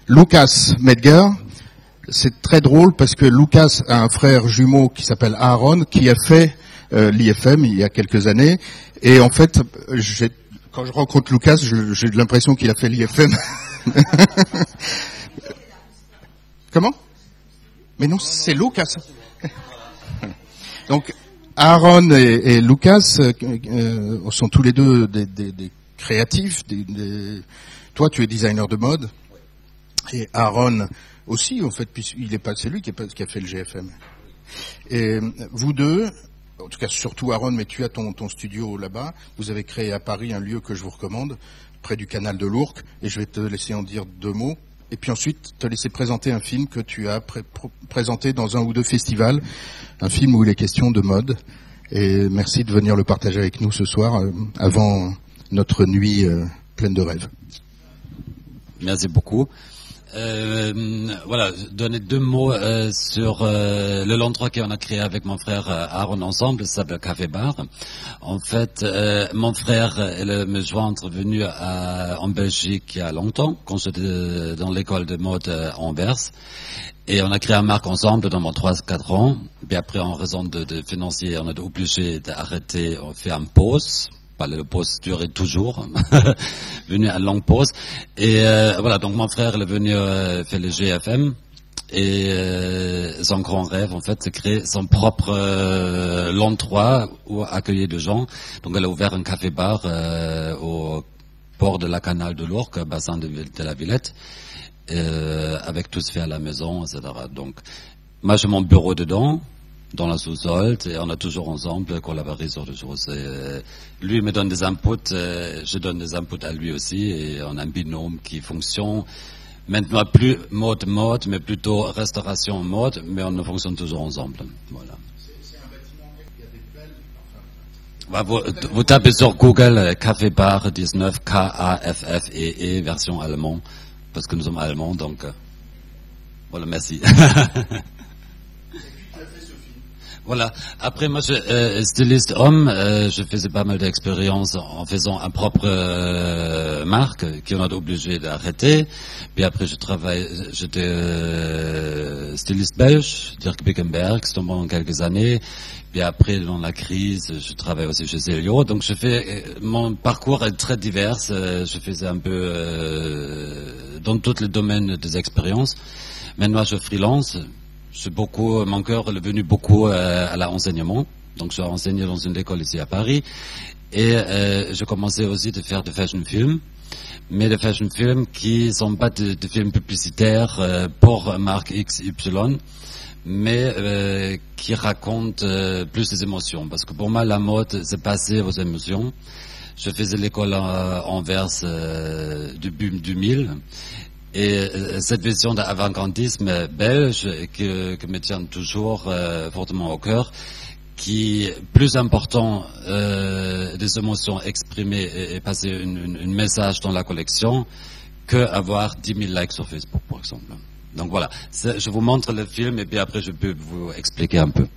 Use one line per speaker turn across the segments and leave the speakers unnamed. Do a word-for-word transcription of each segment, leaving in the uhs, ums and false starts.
Lucas Medger. C'est très drôle parce que Lucas a un frère jumeau qui s'appelle Aaron, qui a fait euh, l'I F M il y a quelques années. Et en fait, j'ai, quand je rencontre Lucas, je, j'ai l'impression qu'il a fait l'I F M. Comment? Mais non, c'est Lucas. Donc, Aaron et, et Lucas euh, sont tous les deux des, des, des créatifs. Des, des... Toi, tu es designer de mode. Et Aaron aussi, en fait, puisqu'il est pas, c'est lui qui, est, qui a fait le G F M. Et vous deux, en tout cas surtout Aaron, mais tu as ton, ton studio là-bas, vous avez créé à Paris un lieu que je vous recommande, près du canal de l'Ourcq, et je vais te laisser en dire deux mots, et puis ensuite te laisser présenter un film que tu as pré- pr- présenté dans un ou deux festivals, un film où il est question de mode, et merci de venir le partager avec nous ce soir, euh, avant notre nuit euh, pleine de rêves.
Merci beaucoup. Euh, voilà, donner deux mots euh, sur euh, le l'endroit qu'on a créé avec mon frère euh, Aaron ensemble, ça s'appelle Café Bar. En fait, euh, mon frère est me joindre venu à, en Belgique il y a longtemps, quand j'étais dans l'école de mode à Anvers. Et on a créé une marque ensemble pendant trois quatre ans. Puis après, en raison de, de financier, on a été obligé d'arrêter, on fait une pause. Le pause durait toujours, venu à longue pause. Et euh, voilà, donc mon frère il est venu euh, faire le G F M. Et euh, son grand rêve, en fait, c'est créer son propre euh, l'endroit où accueillir des gens. Donc elle a ouvert un café-bar euh, au port de la canal de l'Ourcq, bassin de, de la Villette, euh, avec tout ce fait à la maison, et cetera. Donc moi j'ai mon bureau dedans, dans la sous-sol, et on a toujours ensemble collaboré sur des choses. Et, euh, lui me donne des inputs, euh, je donne des inputs à lui aussi, et on a un binôme qui fonctionne. Maintenant plus mode mode, mais plutôt restauration mode, mais on fonctionne toujours ensemble. Voilà. C'est un bâtiment qui a des belles. Bah, vous, vous tapez sur Google euh, Café Bar dix-neuf, K A F F E E, version allemand, parce que nous sommes allemands, donc euh, voilà, merci. Voilà. Après, moi, je euh, styliste homme, euh, je faisais pas mal d'expériences en faisant un propre euh, marque qu'on a obligé d'arrêter. Puis après, je travaille, j'étais euh, styliste belge, Dirk Bickenberg, pendant quelques années. Puis après, dans la crise, je travaille aussi chez Zelio. Donc, je fais, mon parcours est très divers. Euh, je faisais un peu euh, dans tous les domaines des expériences. Maintenant, je freelance. Je suis beaucoup, mon cœur est venu beaucoup euh, à l'enseignement. Donc, je enseigné dans une école ici à Paris. Et euh, je commençais aussi de faire des fashion films. Mais des fashion films qui sont pas des de films publicitaires euh, pour marque X Y, mais euh, qui racontent euh, plus des émotions. Parce que pour moi, la mode, c'est passer aux émotions. Je faisais l'école à Anvers euh, début deux mille. Et euh, cette vision d'avant-gardisme belge que, que me tient toujours euh, fortement au cœur, qui est plus important euh, des émotions exprimées et, et passer un une, une message dans la collection que avoir dix mille likes sur Facebook, par exemple. Donc voilà, je vous montre le film et puis après je peux vous expliquer un peu.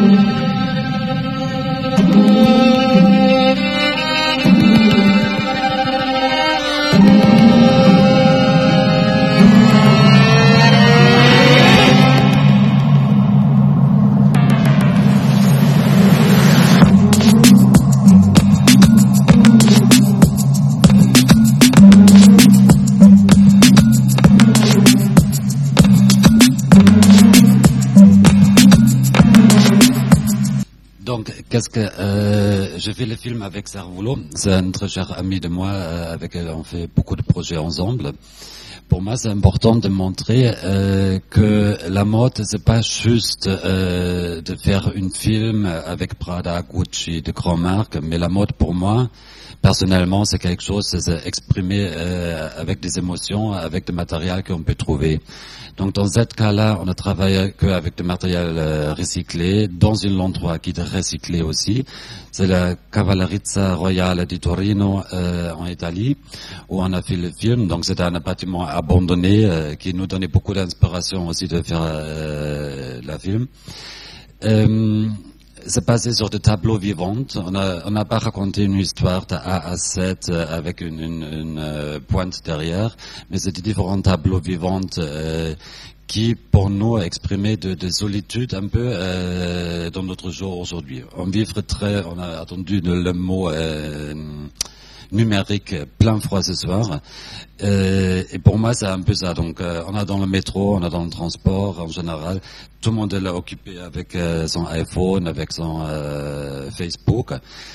Qu'est-ce que euh, je fais le film avec Servulo, c'est un très cher ami de moi euh, avec qui on fait beaucoup de projets ensemble. Pour moi, c'est important de montrer euh, que la mode, c'est pas juste euh, de faire une film avec Prada, Gucci, de grandes marques, mais la mode pour moi, personnellement, c'est quelque chose, c'est exprimé euh, avec des émotions, avec du matériel qu'on peut trouver. Donc dans ce cas-là, on ne travaille qu'avec du matériel euh, recyclé, dans un endroit qui est recyclé aussi. C'est la Cavallerizza Royale di Torino euh, en Italie, où on a fait le film. Donc c'était un bâtiment abandonné euh, qui nous donnait beaucoup d'inspiration aussi de faire euh, le film. Euh, C'est basé sur des tableaux vivants. On n'a on a pas raconté une histoire de A à Z avec une, une, une euh, pointe derrière, mais c'est des différents tableaux vivants euh, qui, pour nous, exprimaient de, de solitude un peu euh, dans notre jour aujourd'hui. On vivre très, on a attendu le, le mot euh, numérique plein froid ce soir. Euh, et pour moi, c'est un peu ça. Donc, euh, on a dans le métro, on a dans le transport en général, tout le monde est là occupé avec euh, son iPhone, avec son euh, Facebook.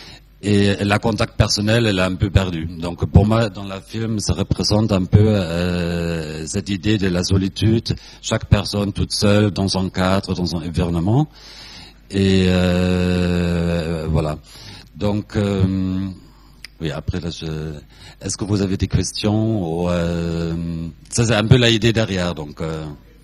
Et la contact personnel, elle est un peu perdue. Donc, pour moi, dans le film, ça représente un peu euh, cette idée de la solitude, chaque personne toute seule dans son cadre, dans son environnement. Et euh, voilà. Donc, euh, oui, après, là, je... est-ce que vous avez des questions ou, euh... ça, c'est un peu la idée derrière, donc... Euh...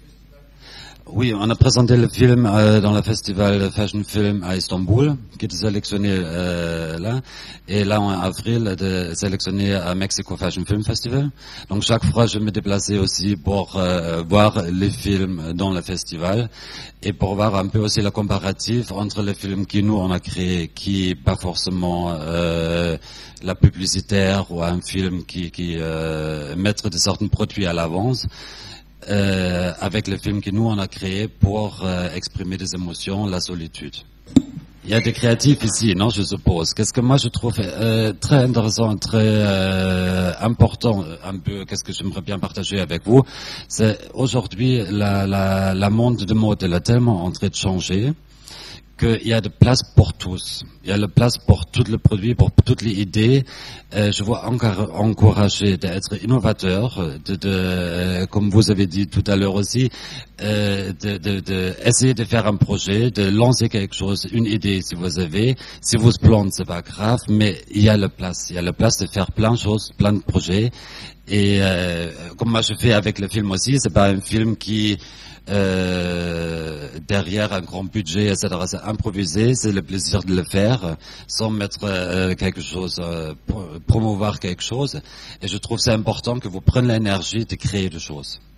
Oui, on a présenté le film euh, dans le festival Fashion Film à Istanbul, qui est sélectionné euh, là, et là en avril, de sélectionné à Mexico Fashion Film Festival. Donc chaque fois, je me déplaçais aussi pour euh, voir les films dans le festival et pour voir un peu aussi la comparative entre les films que nous on a créés, qui pas forcément euh, la publicitaire ou un film qui, qui euh, mettre de certains produits à l'avance. Euh, avec le film que nous on a créé pour euh, exprimer des émotions, la solitude. Il y a des créatifs ici, non, je suppose. Qu'est-ce que moi je trouve euh, très intéressant, très euh, important, un peu, qu'est-ce que j'aimerais bien partager avec vous, c'est aujourd'hui la, la, la monde de mode elle est tellement en train de changer qu'il y a de place pour tous. Il y a de place pour tous les produits, pour toutes les idées. Euh, je vois encore encourager d'être innovateur, de, de euh, comme vous avez dit tout à l'heure aussi, euh, de, de, de essayer de faire un projet, de lancer quelque chose, une idée si vous avez. Si vous se plantez, c'est pas grave, mais il y a la place. Il y a la place de faire plein de choses, plein de projets. Et euh, comme moi je fais avec le film aussi, c'est pas un film qui Euh, derrière un grand budget, et cetera. C'est improvisé, c'est le plaisir de le faire, sans mettre euh, quelque chose, euh, promouvoir quelque chose. Et je trouve c'est important que vous preniez l'énergie de créer des choses.